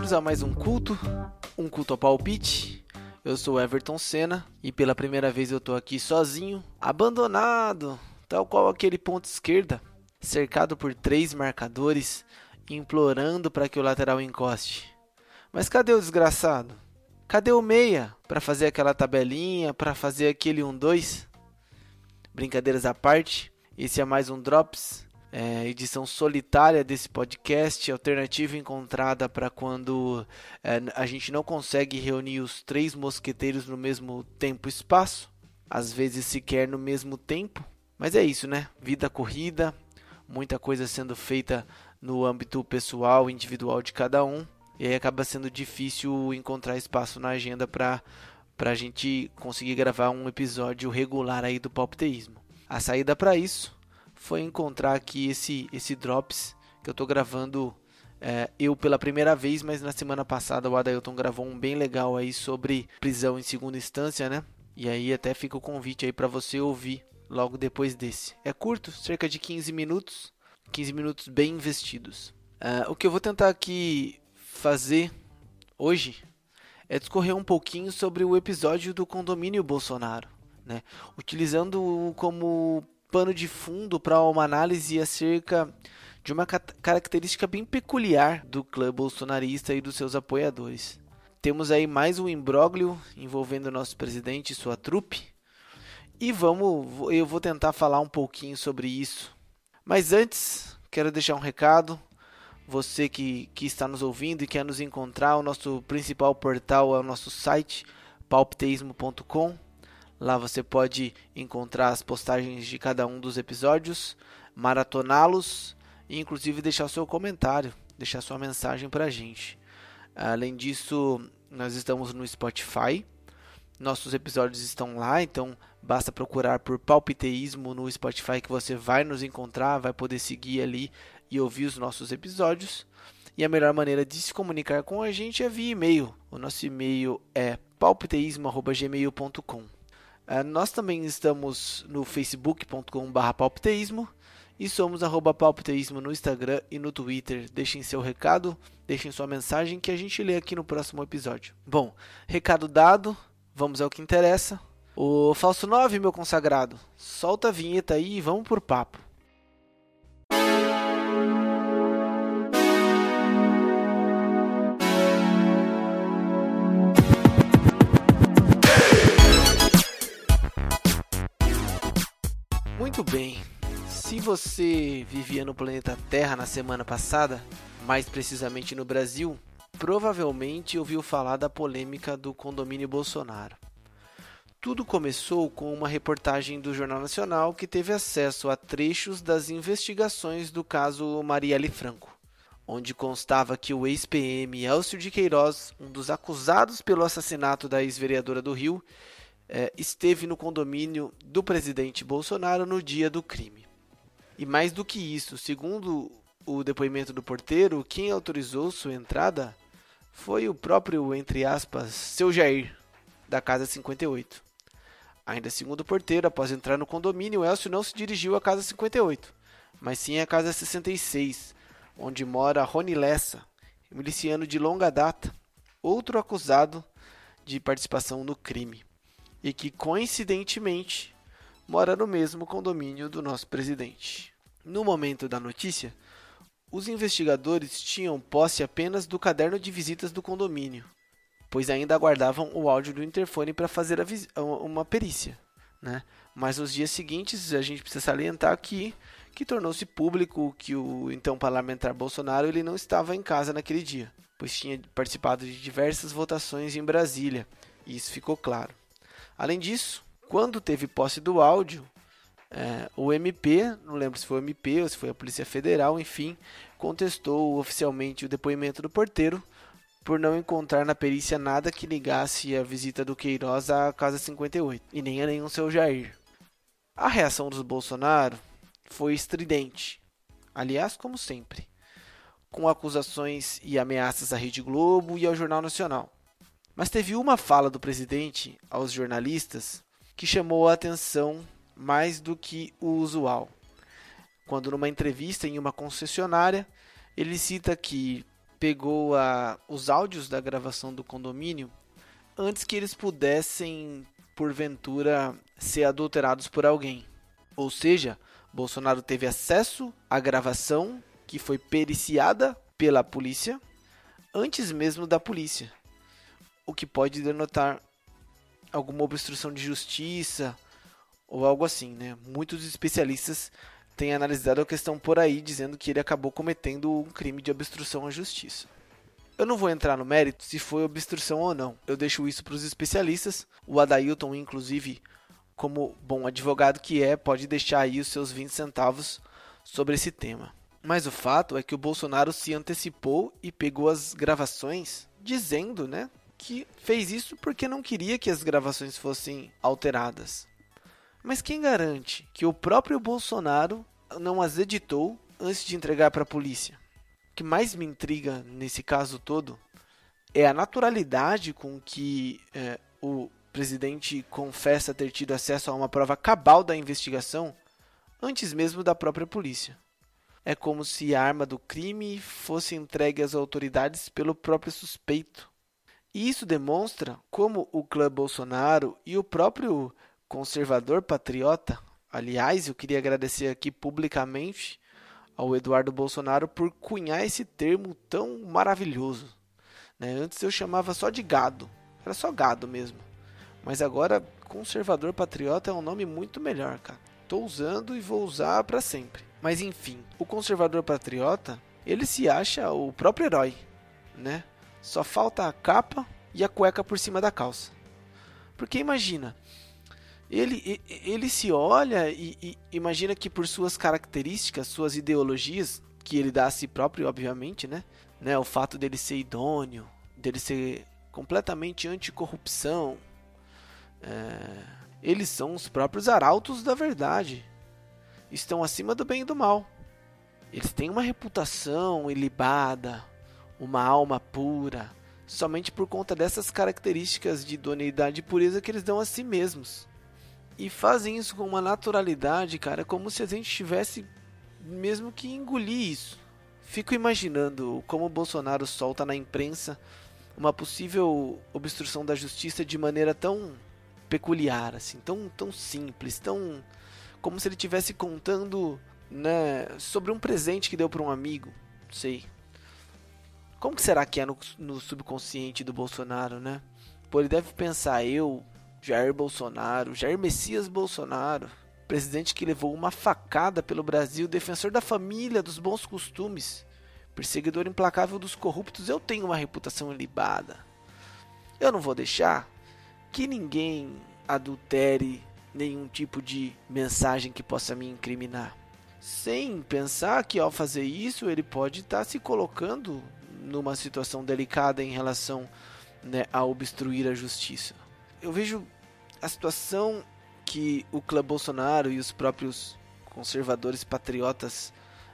Bem-vindos a mais um culto ao palpite. Eu sou Everton Senna e pela primeira vez eu tô aqui sozinho, abandonado, tal qual aquele ponta esquerda, cercado por 3 marcadores, implorando para que o lateral encoste. Mas cadê o desgraçado? Cadê o meia para fazer aquela tabelinha, para fazer aquele 1-2? Brincadeiras à parte, esse é mais um Drops. Edição solitária desse podcast, alternativa encontrada para quando a gente não consegue reunir os 3 mosqueteiros no mesmo tempo e espaço, às vezes sequer no mesmo tempo, mas é isso, né? Vida corrida, muita coisa sendo feita no âmbito pessoal, individual de cada um, e aí acaba sendo difícil encontrar espaço na agenda para a gente conseguir gravar um episódio regular aí do palpiteísmo. A saída para isso foi encontrar aqui esse Drops que eu estou gravando eu pela primeira vez, mas na semana passada o Adailton gravou um bem legal aí sobre prisão em segunda instância, né? E aí até fica o convite aí para você ouvir logo depois desse. É curto, cerca de 15 minutos bem investidos. O que eu vou tentar aqui fazer hoje é discorrer um pouquinho sobre o episódio do condomínio Bolsonaro, né? Utilizando como pano de fundo para uma análise acerca de uma característica bem peculiar do clã bolsonarista e dos seus apoiadores. Temos aí mais um imbróglio envolvendo o nosso presidente e sua trupe, e eu vou tentar falar um pouquinho sobre isso. Mas antes, quero deixar um recado. Você que está nos ouvindo e quer nos encontrar, o nosso principal portal é o nosso site, palpiteismo.com. Lá você pode encontrar as postagens de cada um dos episódios, maratoná-los e inclusive deixar o seu comentário, deixar sua mensagem para a gente. Além disso, nós estamos no Spotify, nossos episódios estão lá, então basta procurar por palpiteísmo no Spotify que você vai nos encontrar, vai poder seguir ali e ouvir os nossos episódios. E a melhor maneira de se comunicar com a gente é via e-mail. O nosso e-mail é palpiteismo@gmail.com. Nós também estamos no facebook.com/palpiteismo e somos @palpiteismo no Instagram e no Twitter. Deixem seu recado, deixem sua mensagem que a gente lê aqui no próximo episódio. Bom, recado dado, vamos ao que interessa. O Falso 9, meu consagrado, solta a vinheta aí e vamos por papo. Muito bem, se você vivia no planeta Terra na semana passada, mais precisamente no Brasil, provavelmente ouviu falar da polêmica do condomínio Bolsonaro. Tudo começou com uma reportagem do Jornal Nacional que teve acesso a trechos das investigações do caso Marielle Franco, onde constava que o ex-PM Elcio de Queiroz, um dos acusados pelo assassinato da ex-vereadora do Rio, esteve no condomínio do presidente Bolsonaro no dia do crime. E mais do que isso, segundo o depoimento do porteiro, quem autorizou sua entrada foi o próprio, entre aspas, seu Jair, da Casa 58. Ainda segundo o porteiro, após entrar no condomínio, Elcio não se dirigiu à Casa 58, mas sim à Casa 66, onde mora Rony Lessa, miliciano de longa data, outro acusado de participação no crime, e que, coincidentemente, mora no mesmo condomínio do nosso presidente. No momento da notícia, os investigadores tinham posse apenas do caderno de visitas do condomínio, pois ainda aguardavam o áudio do interfone para fazer uma perícia, né? Mas nos dias seguintes, a gente precisa salientar que tornou-se público que o então parlamentar Bolsonaro ele não estava em casa naquele dia, pois tinha participado de diversas votações em Brasília, e isso ficou claro. Além disso, quando teve posse do áudio, o MP, não lembro se foi o MP ou se foi a Polícia Federal, enfim, contestou oficialmente o depoimento do porteiro por não encontrar na perícia nada que ligasse a visita do Queiroz à Casa 58 e nem a nenhum seu Jair. A reação dos Bolsonaro foi estridente, aliás, como sempre, com acusações e ameaças à Rede Globo e ao Jornal Nacional. Mas teve uma fala do presidente aos jornalistas que chamou a atenção mais do que o usual. Quando numa entrevista em uma concessionária, ele cita que pegou os áudios da gravação do condomínio antes que eles pudessem, porventura, ser adulterados por alguém. Ou seja, Bolsonaro teve acesso à gravação que foi periciada pela polícia antes mesmo da polícia, o que pode denotar alguma obstrução de justiça ou algo assim, né? Muitos especialistas têm analisado a questão por aí, dizendo que ele acabou cometendo um crime de obstrução à justiça. Eu não vou entrar no mérito se foi obstrução ou não. Eu deixo isso para os especialistas. O Adailton, inclusive, como bom advogado que é, pode deixar aí os seus 20 centavos sobre esse tema. Mas o fato é que o Bolsonaro se antecipou e pegou as gravações dizendo, né, que fez isso porque não queria que as gravações fossem alteradas. Mas quem garante que o próprio Bolsonaro não as editou antes de entregar para a polícia? O que mais me intriga nesse caso todo é a naturalidade com que o presidente confessa ter tido acesso a uma prova cabal da investigação antes mesmo da própria polícia. É como se a arma do crime fosse entregue às autoridades pelo próprio suspeito. E isso demonstra como o clã Bolsonaro e o próprio conservador patriota, aliás, eu queria agradecer aqui publicamente ao Eduardo Bolsonaro por cunhar esse termo tão maravilhoso. Antes eu chamava só de gado, era só gado mesmo. Mas agora, conservador patriota é um nome muito melhor, cara. Tô usando e vou usar para sempre. Mas enfim, o conservador patriota, ele se acha o próprio herói, né? Só falta a capa e a cueca por cima da calça. Porque imagina, ele se olha e imagina que por suas características, suas ideologias, que ele dá a si próprio, obviamente, né? O fato dele ser idôneo, dele ser completamente anticorrupção, eles são os próprios arautos da verdade. Estão acima do bem e do mal. Eles têm uma reputação ilibada, uma alma pura, somente por conta dessas características de idoneidade e pureza que eles dão a si mesmos. E fazem isso com uma naturalidade, cara, como se a gente tivesse mesmo que engolir isso. Fico imaginando como o Bolsonaro solta na imprensa uma possível obstrução da justiça de maneira tão peculiar, assim, tão simples, tão como se ele estivesse contando, né, sobre um presente que deu para um amigo, sei. Como que será que é no subconsciente do Bolsonaro, né? Pô, ele deve pensar, Jair Bolsonaro, Jair Messias Bolsonaro, presidente que levou uma facada pelo Brasil, defensor da família, dos bons costumes, perseguidor implacável dos corruptos, eu tenho uma reputação ilibada. Eu não vou deixar que ninguém adultere nenhum tipo de mensagem que possa me incriminar. Sem pensar que ao fazer isso ele pode estar se colocando numa situação delicada em relação, né, a obstruir a justiça. Eu vejo a situação que o clã Bolsonaro e os próprios conservadores patriotas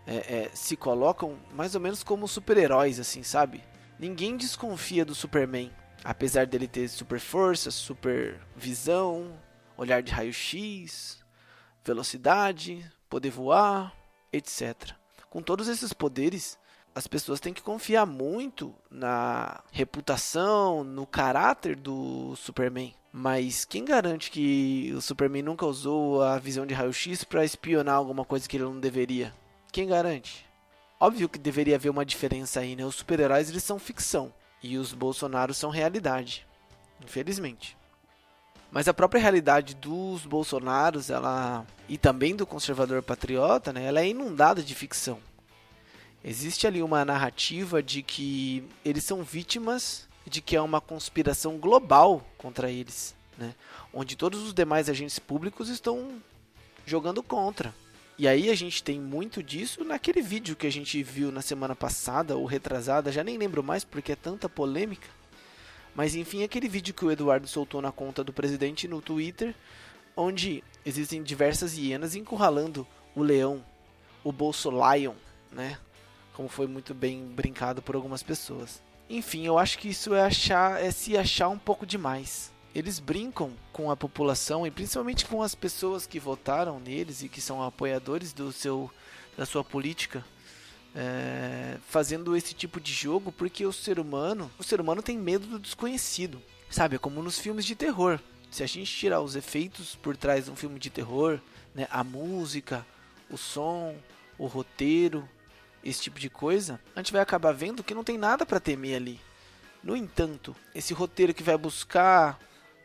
se colocam mais ou menos como super-heróis, assim, sabe? Ninguém desconfia do Superman, apesar dele ter super força, super visão, olhar de raio-x, velocidade, poder voar, etc. Com todos esses poderes, as pessoas têm que confiar muito na reputação, no caráter do Superman. Mas quem garante que o Superman nunca usou a visão de raio-x para espionar alguma coisa que ele não deveria? Quem garante? Óbvio que deveria haver uma diferença aí, né? Os super-heróis, eles são ficção e os Bolsonaros são realidade, infelizmente. Mas a própria realidade dos Bolsonaros, e também do conservador patriota, né, ela é inundada de ficção. Existe ali uma narrativa de que eles são vítimas, de que é uma conspiração global contra eles, né, onde todos os demais agentes públicos estão jogando contra. E aí a gente tem muito disso naquele vídeo que a gente viu na semana passada, ou retrasada, já nem lembro mais porque é tanta polêmica. Mas enfim, aquele vídeo que o Eduardo soltou na conta do presidente no Twitter, onde existem diversas hienas encurralando o leão, o Bolsolion, né? Como foi muito bem brincado por algumas pessoas. Enfim, eu acho que isso é se achar um pouco demais. Eles brincam com a população e principalmente com as pessoas que votaram neles e que são apoiadores da sua política, fazendo esse tipo de jogo, porque o ser humano tem medo do desconhecido, sabe? É como nos filmes de terror. Se a gente tirar os efeitos por trás de um filme de terror, né, a música, o som, o roteiro, esse tipo de coisa, a gente vai acabar vendo que não tem nada para temer ali. No entanto, esse roteiro que vai buscar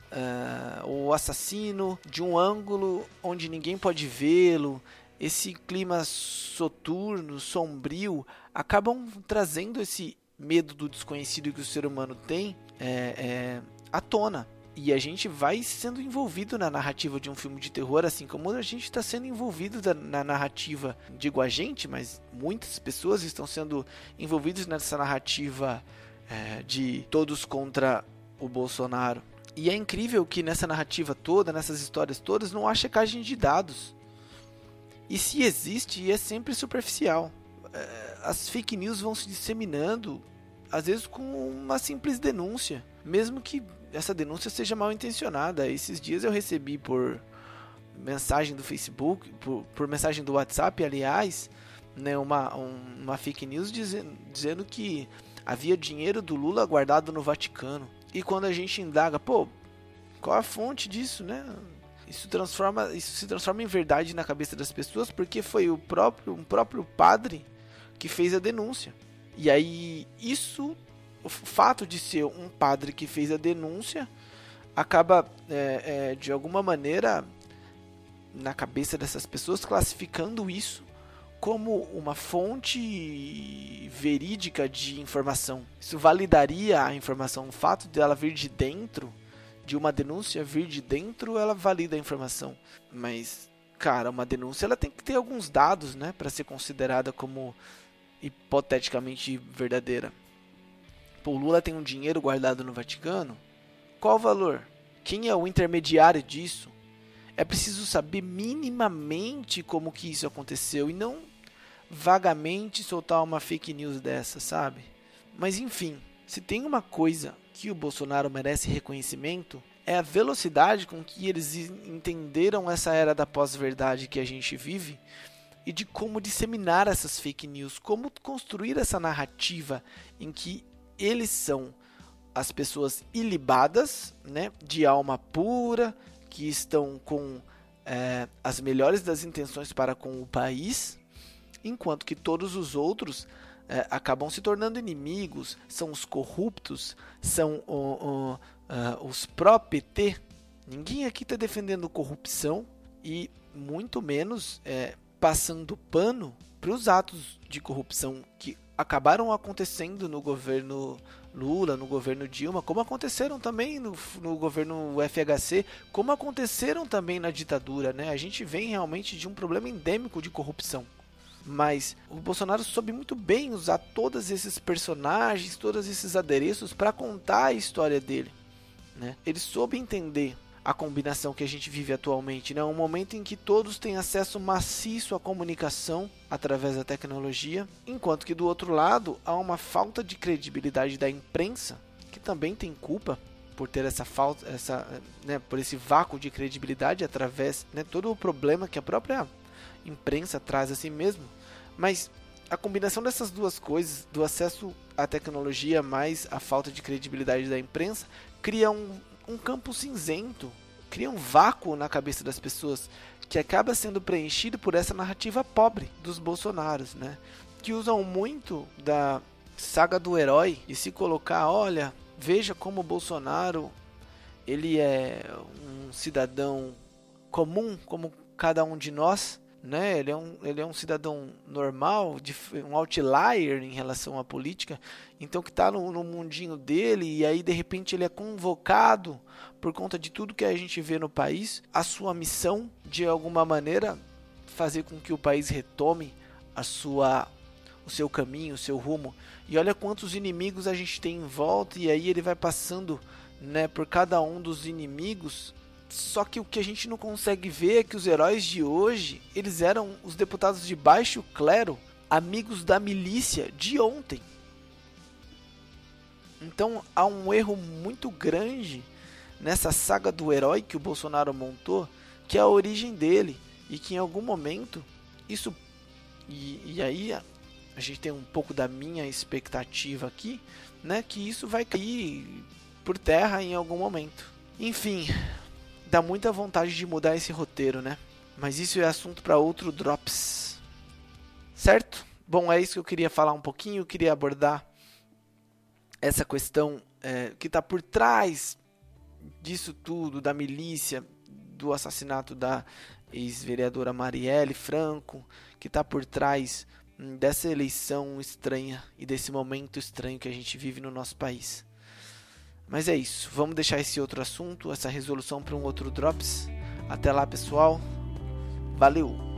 o assassino de um ângulo onde ninguém pode vê-lo, esse clima soturno, sombrio, acabam trazendo esse medo do desconhecido que o ser humano tem à tona. E a gente vai sendo envolvido na narrativa de um filme de terror, assim como a gente está sendo envolvido na narrativa, digo a gente, mas muitas pessoas estão sendo envolvidas nessa narrativa de todos contra o Bolsonaro. E é incrível que nessa narrativa toda, nessas histórias todas, não há checagem de dados. E se existe, é sempre superficial. As fake news vão se disseminando, às vezes com uma simples denúncia, mesmo que essa denúncia seja mal intencionada. Esses dias eu recebi por mensagem do Facebook, por mensagem do WhatsApp, aliás, né, uma fake news dizendo que havia dinheiro do Lula guardado no Vaticano. E quando a gente indaga, qual a fonte disso, né? Isso se transforma em verdade na cabeça das pessoas, porque foi um próprio padre que fez a denúncia. E aí o fato de ser um padre que fez a denúncia acaba de alguma maneira na cabeça dessas pessoas classificando isso como uma fonte verídica de informação. Isso validaria a informação. O fato dela vir de dentro, de uma denúncia vir de dentro, ela valida a informação. Mas, cara, uma denúncia ela tem que ter alguns dados, né, para ser considerada como hipoteticamente verdadeira. O Lula tem um dinheiro guardado no Vaticano? Qual o valor? Quem é o intermediário disso? É preciso saber minimamente como que isso aconteceu e não vagamente soltar uma fake news dessa, sabe? Mas enfim, se tem uma coisa que o Bolsonaro merece reconhecimento, é a velocidade com que eles entenderam essa era da pós-verdade que a gente vive e de como disseminar essas fake news, como construir essa narrativa em que eles são as pessoas ilibadas, né, de alma pura, que estão com as melhores das intenções para com o país, enquanto que todos os outros acabam se tornando inimigos, são os corruptos, são os pró-PT. Ninguém aqui está defendendo corrupção e muito menos passando pano para os atos de corrupção que acabaram acontecendo no governo Lula, no governo Dilma, como aconteceram também no governo FHC, como aconteceram também na ditadura, né? A gente vem realmente de um problema endêmico de corrupção. Mas o Bolsonaro soube muito bem usar todos esses personagens, todos esses adereços para contar a história dele, né? Ele soube entender a combinação que a gente vive atualmente, né? Um momento em que todos têm acesso maciço à comunicação através da tecnologia, enquanto que do outro lado há uma falta de credibilidade da imprensa, que também tem culpa por ter essa falta, por esse vácuo de credibilidade através, né, todo o problema que a própria imprensa traz a si mesmo. Mas a combinação dessas duas coisas, do acesso à tecnologia mais a falta de credibilidade da imprensa, cria um campo cinzento, cria um vácuo na cabeça das pessoas que acaba sendo preenchido por essa narrativa pobre dos Bolsonaros, né? Que usam muito da saga do herói e se colocar, olha, veja como o Bolsonaro ele é um cidadão comum, como cada um de nós, né? Ele é um cidadão normal, um outlier em relação à política, então que está no mundinho dele, e aí de repente ele é convocado por conta de tudo que a gente vê no país, a sua missão de alguma maneira fazer com que o país retome o seu caminho, o seu rumo. E olha quantos inimigos a gente tem em volta, e aí ele vai passando, né, por cada um dos inimigos. Só que o que a gente não consegue ver é que os heróis de hoje, eles eram os deputados de baixo clero, amigos da milícia de ontem. Então há um erro muito grande nessa saga do herói que o Bolsonaro montou, que é a origem dele, e que em algum momento isso, e aí a gente tem um pouco da minha expectativa aqui, né, que isso vai cair por terra em algum momento. Enfim, dá muita vontade de mudar esse roteiro, né? Mas isso é assunto para outro Drops. Certo? Bom, é isso que eu queria falar um pouquinho. Eu queria abordar essa questão que está por trás disso tudo, da milícia, do assassinato da ex-vereadora Marielle Franco, que está por trás dessa eleição estranha e desse momento estranho que a gente vive no nosso país. Mas é isso, vamos deixar esse outro assunto, essa resolução para um outro Drops. Até lá, pessoal. Valeu!